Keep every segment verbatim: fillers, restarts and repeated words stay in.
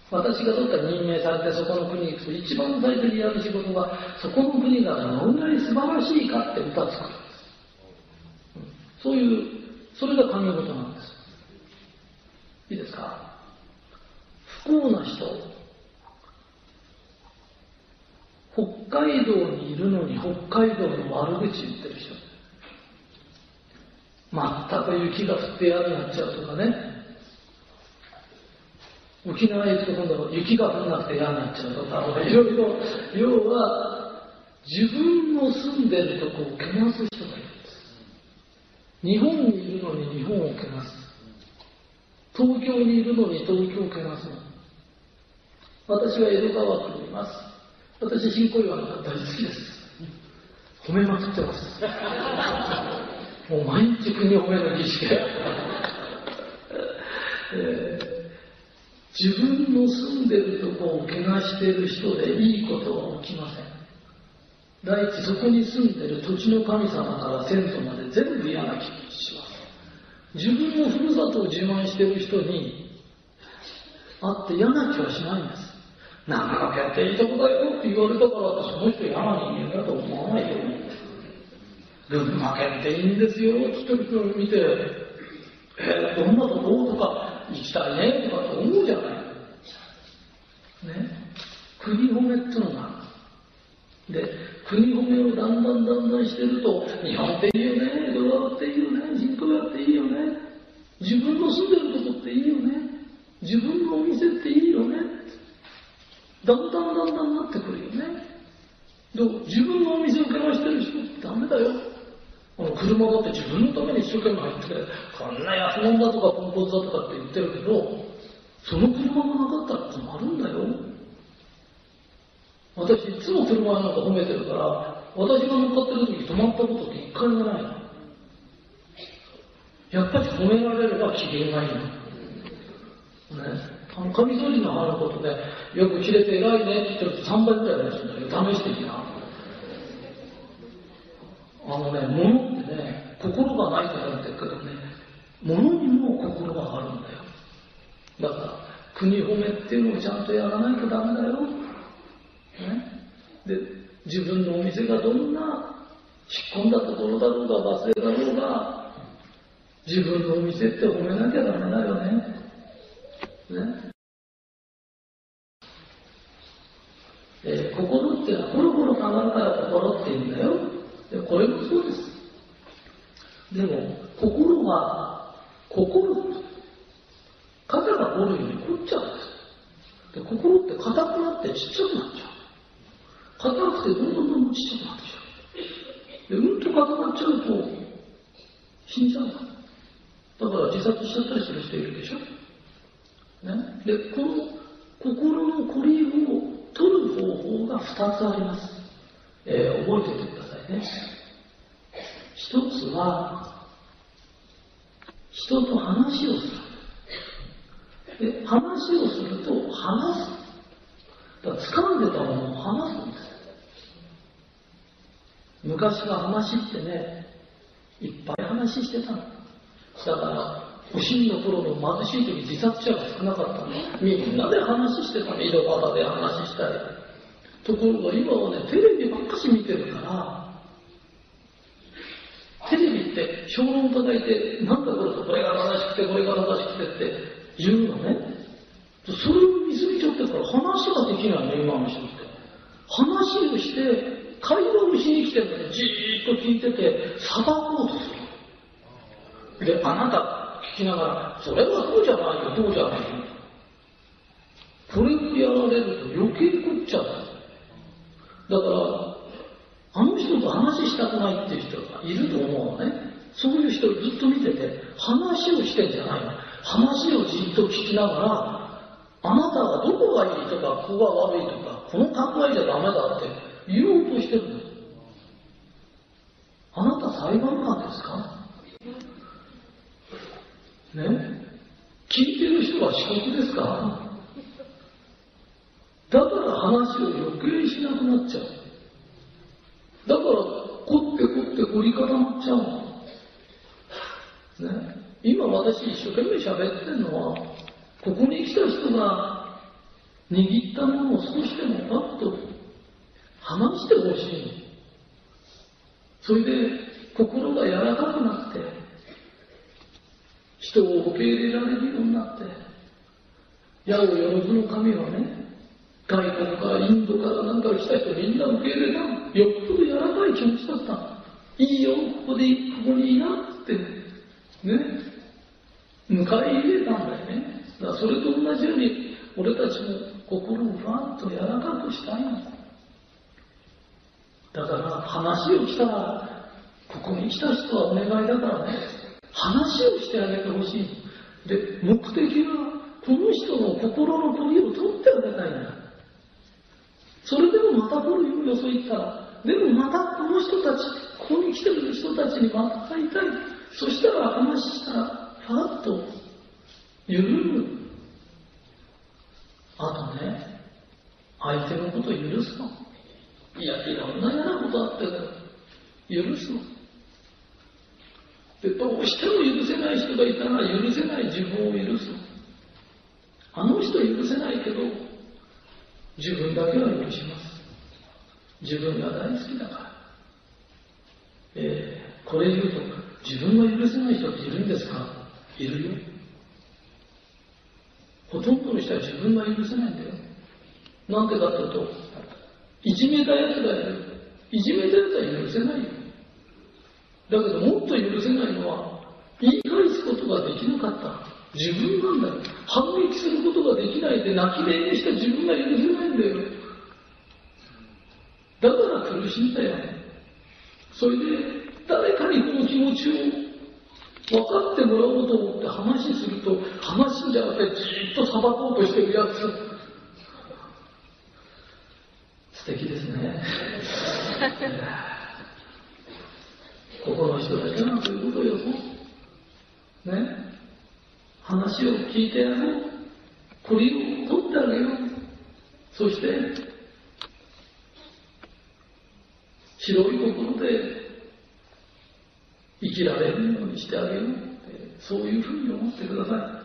私がどっかに任命されてそこの国に行くと、一番最初にやる仕事が、そこの国がどのぐらい素晴らしいかって歌作るんです。そういう、それが神事なんです。いいですか。不幸な人、北海道にいるのに北海道の悪口言ってる人、全く雪が降って嫌になっちゃうとかね、沖縄へ行くと今度は雪が降らなくて嫌になっちゃうとか、いろいろ、要は自分の住んでるとこをけなす人がいるんです。日本にいるのに日本をけなす。東京にいるのに東京をけなすの。私は江戸川区にいます。私、新小岩の方大好きです。褒めまくってます。もう毎日国を褒める儀式で、えー自分の住んでるとこをけなしている人でいいことは起きません。第一、そこに住んでる土地の神様から先祖まで全部嫌な気がします。自分のふるさとを自慢している人に会って嫌な気はしないんです。長野県っていいとこだよって言われたからってその人嫌な人間だと思わないよ。群馬県っていいんですよって一人見て、えー、どんなとことか行きたいねとかって思うじゃない。ね。国褒めってのがある。で、国褒めをだんだんだんだんしてると、日本っていいよね、江戸川っていいよね、新小岩っていいよね、自分の住んでるとこっていいよね、自分のお店っていいよね、だんだんだんだんなってくるよね。で自分のお店をけなしてる人ってダメだよ。この車だって自分のために一生懸命入ってこんな安物だとかポンコツだとかって言ってるけど、その車がなかったら困るんだよ。私いつも車なんか褒めてるから、私が乗っかってる時に止まったことって一回もないの。やっぱり褒められれば機嫌がいいの。ね、カミソリのあることでよく切れて偉いねって言ってるとさんばいぐらいですんだけど、試してみな。あのね、物ってね、心がないとか言ってるけどね、物にも心があるんだよ。だから国褒めっていうのをちゃんとやらないとダメだよ。ね、で自分のお店がどんな引っ込んだところだろうがバス停だろうが、自分のお店って褒めなきゃダメだよね。ね、えー、心っていうのはコロコロ変わるから心っていうんだよ。でこれもそうです。でも心は心肩が凝るように凝っちゃうんです。で心って硬くなってちっちゃくなっちゃう。硬くてどんどんどんどんちっちゃくなっちゃう。でうんと固まっちゃうと死んじゃう。だから自殺しちゃったりする人いるでしょ。ね、でこの心の凝りを取る方法がふたつあります。えー、覚えておいてくださいね。一つは人と話をする。で話をすると話す。だから掴んでたものを話すんです。昔は話ってね、いっぱい話してたの。だからおしんの頃の貧しい時自殺者が少なかったの。みんなで話してたの。井戸端で話したり。ところが今はね、テレビばっかし見てるから、テレビって評論を叩いて、なんだこれとこれが正しくてこれが正しくてって言うのね。それを見過ぎちゃってから話ができないの、今の人って。話をして会話をしに来てるのにじーっと聞いてて裁こうとする。で、あなた聞きながら、それはそうじゃないよ、どうじゃないよ。これをやられると余計凝っちゃう。だから、あの人と話したくないっていう人がいると思うのね。そういう人をずっと見てて、話をしてんじゃないの。話をじっと聞きながら、あなたはどこがいいとか、ここが悪いとか、この考えじゃダメだって言おうとしてるんです。あなた裁判官ですかね、聞いてる人は被告ですか。だから話を余計しなくなっちゃう。だから凝って凝って凝り固まっちゃうの。ね、今私一生懸命喋ってるのは、ここに来た人が握ったものを少しでもパッと離してほしい。それで心が柔らかくなって、人を受け入れられるようになって、矢をよろずの神はね、外国からインドからなんか来た人みんな受け入れたの。よっぽど柔らかい気持ちだったの。いいよ、ここでここにいなってね、迎え入れたんだよね。だからそれと同じように俺たちも心をふわっと柔らかくしたいの。だから話をしたら、ここに来た人はお願いだからね、話をしてあげてほしい。で、目的はこの人の心の鳥を取ってあげたいんだ。それでもまた来るよ、よそ行ったら。でもまたこの人たち、ここに来てる人たちにまた会いたい。そしたら話したら、パラッと緩む。あとね、相手のことを許すの。いや、いろんな嫌なことあってね、許すの。で、どうしても許せない人がいたら、許せない自分を許すの。あの人許せないけど、自分だけは許します。自分が大好きだから。えー、これ言うと、自分が許せない人っているんですか？いるよ。ほとんどの人は自分が許せないんだよ。なんでかというと、いじめたやつがいる。いじめたやつは許せないよ。だけどもっと許せないのは、言い返すことができなかった。自分なんだよ。反撃することができないで泣き寝入りした自分が許せないんだよ。だから苦しいんだよ。それで誰かにこの気持ちを分かってもらおうと思って話すると、話すんじゃなくてじーっと裁こうとしてるやつ。素敵ですね。ここの人だけはそういうことよ。ね。話を聞いてやろう。鳥を取ってあげよう。そして広い心で生きられるようにしてあげようって、そういうふうに思ってくださ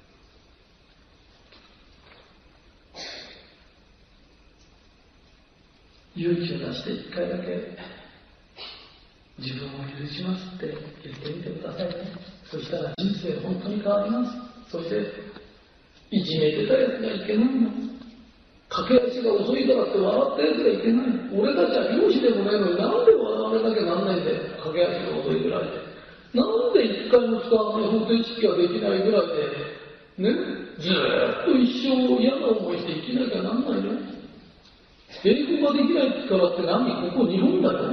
い。勇気を出して一回だけ自分を許しますって言ってみてくださいね。そしたら人生本当に変わります。そしていじめてたやつがいけないの。駆け足が遅いからって笑ったやつがいけないの。俺たちは漁師でもないのになんで笑われなきゃなんないんだよ。駆け足が遅いぐらいで。なんで一回も使わない方程式ができないぐらいで、ね、ずーっと一生嫌な思いして生きなきゃなんないの。英語ができないからって何？ここ日本だよ。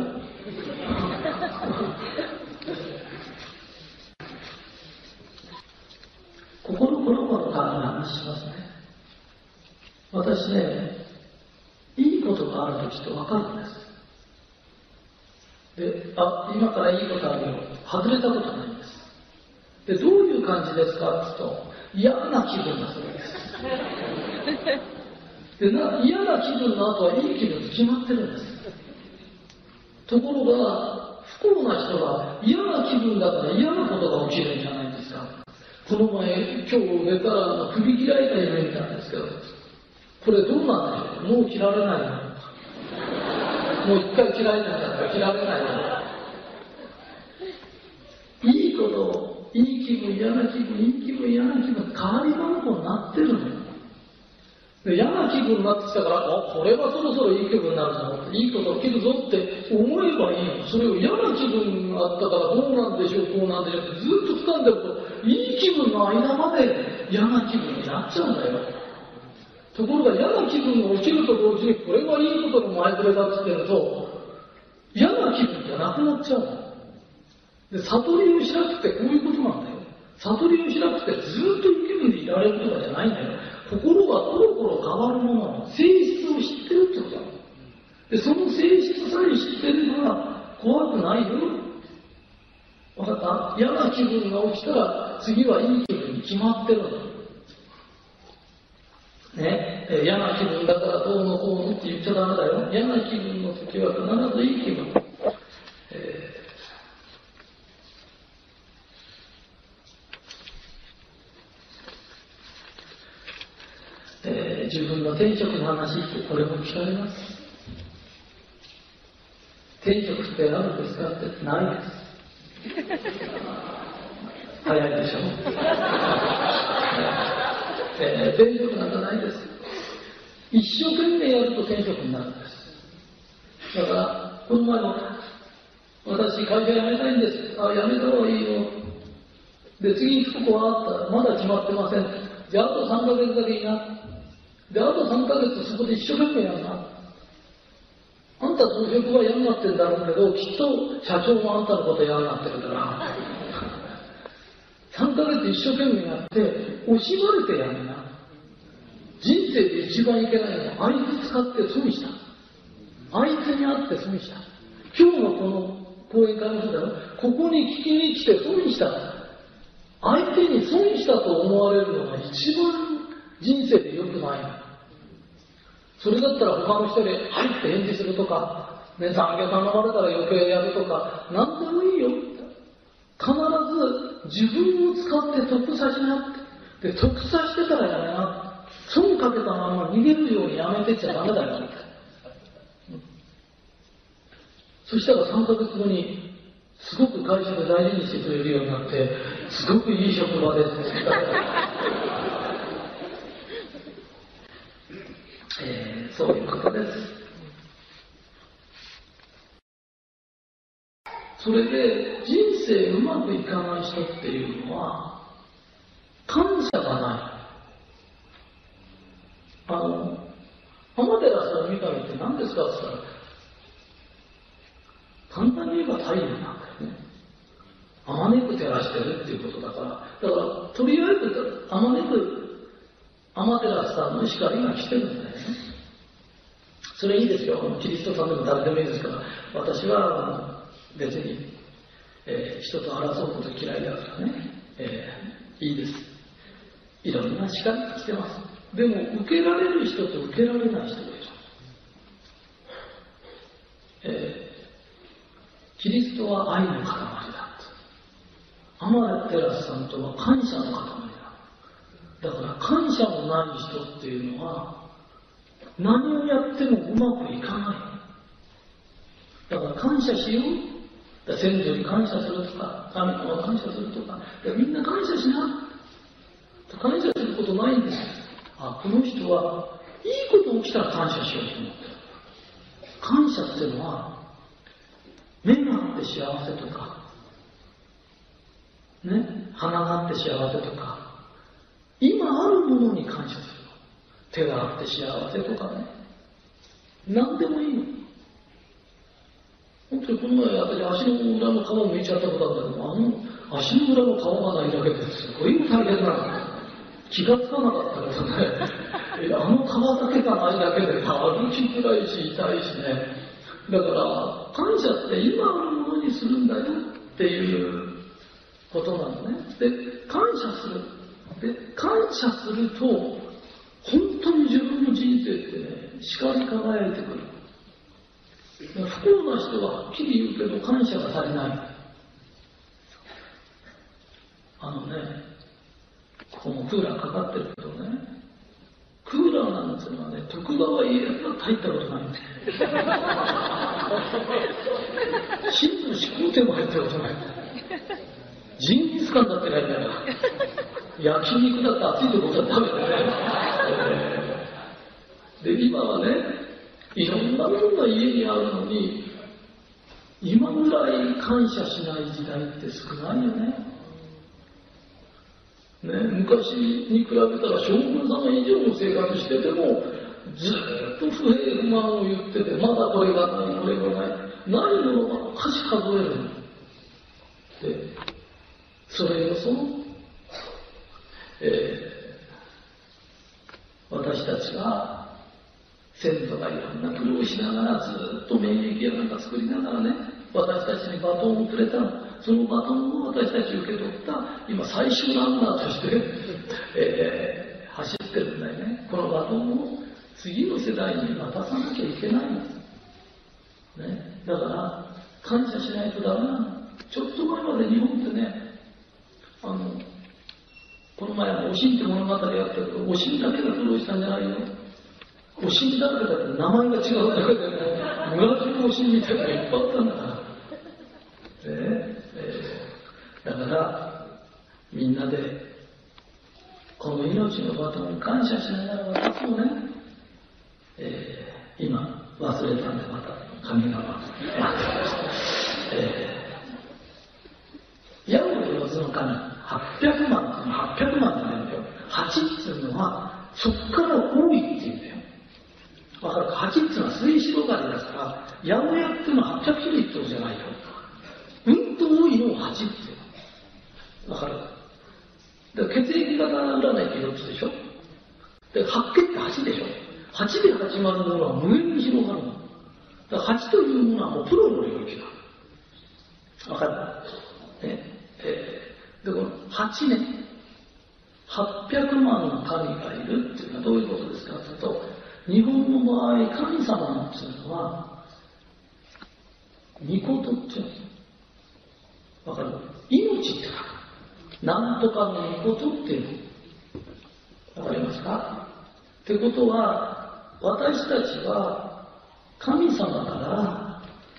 心この子のために話しますね。私ね、いいことがあるときって分かるんです。で、あ、今からいいことあるよ。外れたことないんです。で、どういう感じですかって言うと、嫌な気分がするんです。でな、嫌な気分の後はいい気分に決まってるんです。ところが、不幸な人は嫌な気分だから嫌なことが起きるんじゃないですか。この前、今日寝たら首切られた夢見たんですけど、これどうなんでしょう。もう切られないの。もう一回切られたんだから切られないの。いいこと、いい気分、嫌な気分、いい気分、嫌な気分、変わり番号になってるのよ。で、嫌な気分になってきたから、あ、これはそろそろいい気分になるぞ、いいこと起きるぞって思えばいいの。それを嫌な気分があったからどうなんでしょう、こうなんでしょうってずっと掴んでると、いい気分の間まで嫌な気分になっちゃうんだよ。ところが嫌な気分が起きると同時に、これはいいことの前触れだって言ってると、嫌な気分じゃなくなっちゃうの。で、悟りをしなくてこういうことなんだよ。悟りをしなくてずっといい気分でいられるとかじゃないんだよ。心がコロコロ変わるものの性質を知ってるってことだ。で、その性質さえ知ってれば怖くないよ。わかった？嫌な気分が起きたら次はいい気分に決まってるの。ね、え嫌な気分だからどうのこうのって言っちゃダメだよ。嫌な気分の時は必ずいい気分。えーえー、自自分の転職の話ってこれも聞かれます。転職ってあるんですかってないです。早いでしょ、えー、転職なんかないです。一生懸命やると転職になるんです。だからこの前も私会社辞めたいんです。あ、辞めた方がいいよ。で、次に聞く子はあったらまだ決まってません。じゃああとさんかげつだけいいな。で、あとさんかげつそこで一生懸命やるな。あんたその職は嫌になってるんだろうけど、きっと社長もあんたのこと嫌になってるからさんかげつ一生懸命やって惜しまれてやるな。人生で一番いけないのはあいつ使って損した、あいつに会って損した。今日のこの講演会の人だろ、ここに聞きに来て損した、相手に損したと思われるのが一番人生で良くない。それだったら他の人で「はい」って返事するとか、ね、残業頼まれたら余計やるとか、何でもいいよ。必ず自分を使って得さしなって。で、得さしてたらやめな。損かけたまま逃げるようにやめてっちゃダメだよ。そしたらさんかげつごにすごく会社で大事にしてくれるようになって、すごくいい職場ですってえー、そういうことです。それで人生うまくいかない人っていうのは感謝がない。あの天照さんの神って何ですかって言ったら、簡単に言えば太陽なんだよね。あまねく照らしてるっていうことだから、だからとりあえずあまねく天照さんの光が来てるんだよね。それいいですよ。キリストさんでも誰でもいいですから。私は別に、えー、人と争うこと嫌いだからね、えー、いいです。いろんな光が来てます。でも受けられる人と受けられない人がいる。えー、キリストは愛の塊だ。天照さんとは感謝の塊だ。だから感謝のない人っていうのは何をやってもうまくいかない。だから感謝しよう。だ先祖に感謝するとか、神様に感謝するとか、みんな感謝しな。感謝することないんです。あ、この人はいいこと起きたら感謝しようと思ってる。感謝っていうのは目があって幸せとか、ね、鼻があって幸せとか、今あるものに感謝するの。手があって幸せとかね、何でもいいの。本当にこの前私足の裏の皮を剥いちゃったことあるんだけど、あの足の裏の皮がないだけですごい大変なの。気がつかなかったからねあの皮だけがないだけで歩きづらいし痛いしね。だから感謝って今あるものにするんだよっていうことなのね。で、感謝する。で、感謝すると本当に自分の人生ってね、光り輝いてくる。不幸な人ははっきり言うけど感謝が足りない。あのね、このクーラーかかってるけどね、クーラーなんていうのはね、徳川家康が入ったことないんだよ。真の始皇帝も入ったことない。ジンギスカンだってないんだから。焼肉だって熱いところだって食べてね。で、今はね、いろんなものが家にあるのに、今ぐらい感謝しない時代って少ないよね。ね、昔に比べたら将軍様以上の生活しててもずっと不平不満を言ってて、まだこれがないこれがないないものばっかし数えるので、それをその、えー、私たちが先祖がいろんな苦労しながらずっと免疫やなんか作りながらね、私たちにバトンをくれたの。そのバトンを私たち受け取った今最終ランナーとして、えー、走ってるんだよね。このバトンを次の世代に渡さなきゃいけないんです、ね、だから感謝しないとダメなの。ちょっと前まで日本ってね、あのこの前はおしんって物語やったけど、おしんだけが苦労したんじゃないよ。 おしんだけだって名前が違うだけでもう昔のおしんみたいなのがいっぱいあったんだから、ねえー、だからみんなでこの命のバトンに感謝しながら私もね、えー、今忘れたんでまた神が待ってました、えー、ヤゴの四つの神はっぴゃくまんっていうのははっぴゃくまんじゃないんだよ。はちっていうのはそっから多いっていうんだよ。わかるか。はちっていうのは末広がりだから八百屋っていうのははっぴゃく種類ってことじゃないよ。うんと多いのをはちっていうわかるか。だから血液型占いってよっつでしょ。で八卦ってはちでしょ。はちで始まるものは無限に広がるの。だからはちというものはもうプロの領域だ。わかるね。えー、でこのはちね、はっぴゃくまんの神がいるっていうのはどういうことですかというと、日本の場合神様っていうのは御事っていうの。わかる？命って書く。なんとかの御事っていうの。わかりますか？ってことは私たちは神様から、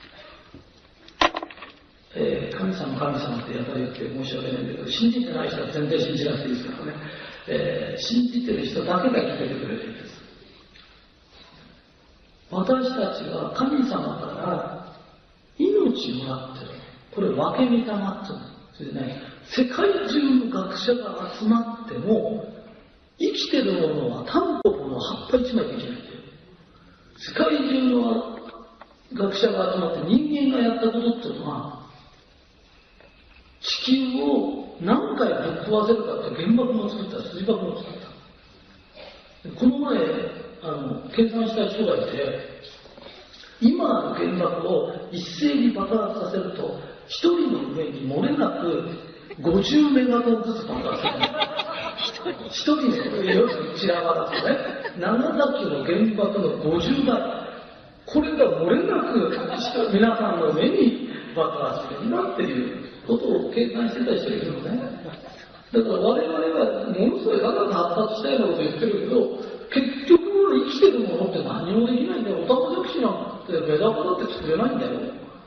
えー、神様神様ってやったら言って申し訳ないんだけど、信じてない人は全然信じなくていいですからね、えー、信じてる人だけが聞いてくれるんです。私たちは神様から命をもらってる。これ分け御霊っていうの。それでね、世界中の学者が集まっても生きてるものはタンポポの葉っぱ一枚できないんだよ。世界中の学者が集まって人間がやったことっていうのは、地球を何回ぶっ壊せるかって原爆も作った、筋爆も作った。この前あの計算した人がいて、今の原爆を一斉に爆発させると一人の上に漏れなくごじゅうメガトンずつ爆発する。一人の上を散らばらすとね、長崎の原爆のごじゅうばい、これが漏れなく皆さんの目に爆発するんだっていうことを計算してた人がいるのね。だから我々はものすごい科学発達したようなこと言ってるけど、結局生きてるものって何もできないんだよ。オタマジャクシなんてメダカだって作れないんだよ。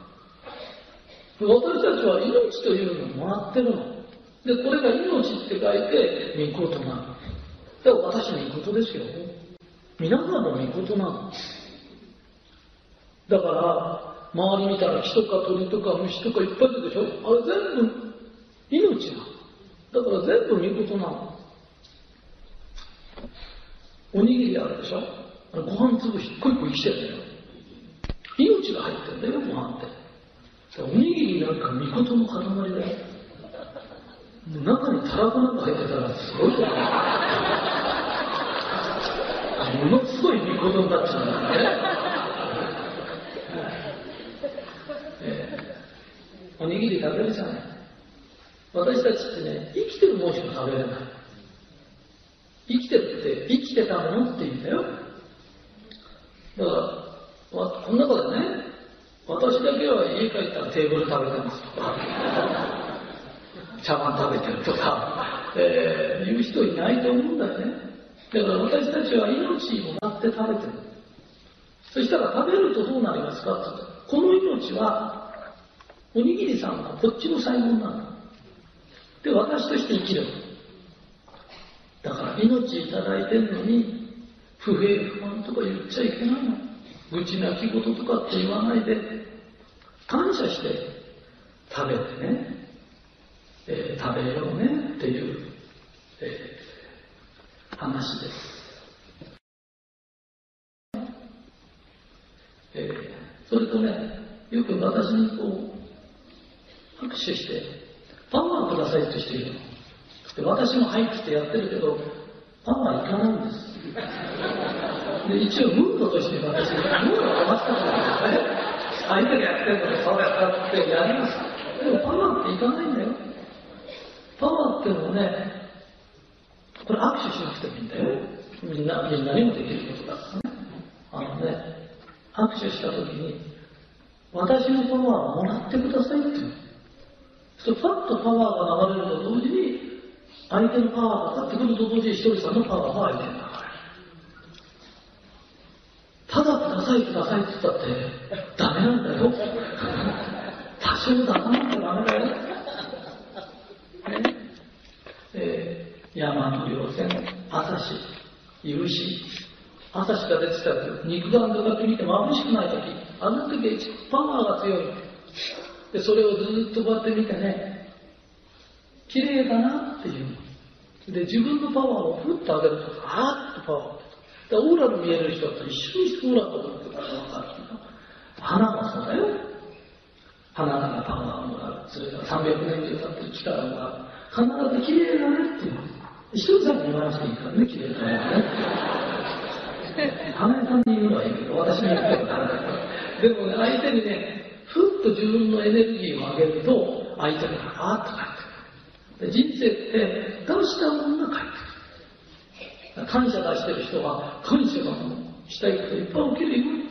私たちは命というのをもらってるの。で、これが命って書いて御事なの。だから私の御事ですよ。皆さんの御事なの。だから周り見たら木とか鳥とか虫とかいっぱいいるでしょ。あれ全部命なの。だから全部御事なの。おにぎりあるでしょ。あのご飯粒一個一個生きてるんだよ。命が入ってるんだよ、ご飯って。おにぎりなんか御事の塊だよ。もう中にたらこなんか入ってたらすごいことだよ。ものすごい御事になっちゃうんだよね。えー、おにぎり食べるじゃない。私たちってね、生きてるものしか食べれない。生きてるって生きてたものって言うんだよ。だからこの中でね、私だけは家帰ったらテーブル食べてますとか茶碗食べてるとか、えー、言う人いないと思うんだよね。だから私たちは命をもらって食べてる。そしたら食べるとどうなりますかって言ったら、この命はおにぎりさんはこっちの細胞なので、私として生きる。だから命いただいてるのに不平不満とか言っちゃいけないの。愚痴泣き言とかって言わないで感謝して食べてね、えー、食べようねっていう、えー、話です。えー、それとね、よく私にこう拍手してパワーくださいって人いるの。で私も入ってやってるけどパワーいかないんです。で一応ムードとして私ムードを飛ばしたからね、相手がやってるのでそうやったってやります。でもパワーっていかないんだよ。パワーっていうのはね、これ握手しなくてもいいんだよ。みんなみんなにもできることだからね。あのね、握手した時に私のパワーをもらってくださいっていう。そうパッとパワーが流れると同時に相手のパワーが上がってくると同時にひとりさんのパワーが相手に流れる。 さいくださいって言ったってダメなんだよ。多少出さなきゃダメだよ。ねえー、山の稜線、朝日、夕日、朝日が出てきた時、肉眼とか見て眩しくない時、あの時一番パワーが強い。でそれをずっとこうやって見てね、綺麗だなっていう。で自分のパワーをふっと上げると、あーっとパワーを。でオーラの見える人と一緒にしてオーラを持ってから分かる。花もそうだよ。花からパワーをもらう。それからさんびゃくねん以上経ってる力をもらう。必ず綺麗だねっていう。一人さんに言わなくていいからね、綺麗だね。花屋さんに言うのはいいけど、私に言うのはでもね、相手にね、ふっと自分のエネルギーを上げると、相手があーっと返ってくる。で人生って出したものが返ってくる。感謝出してる人は感謝がしたいこといっぱい起きるよ。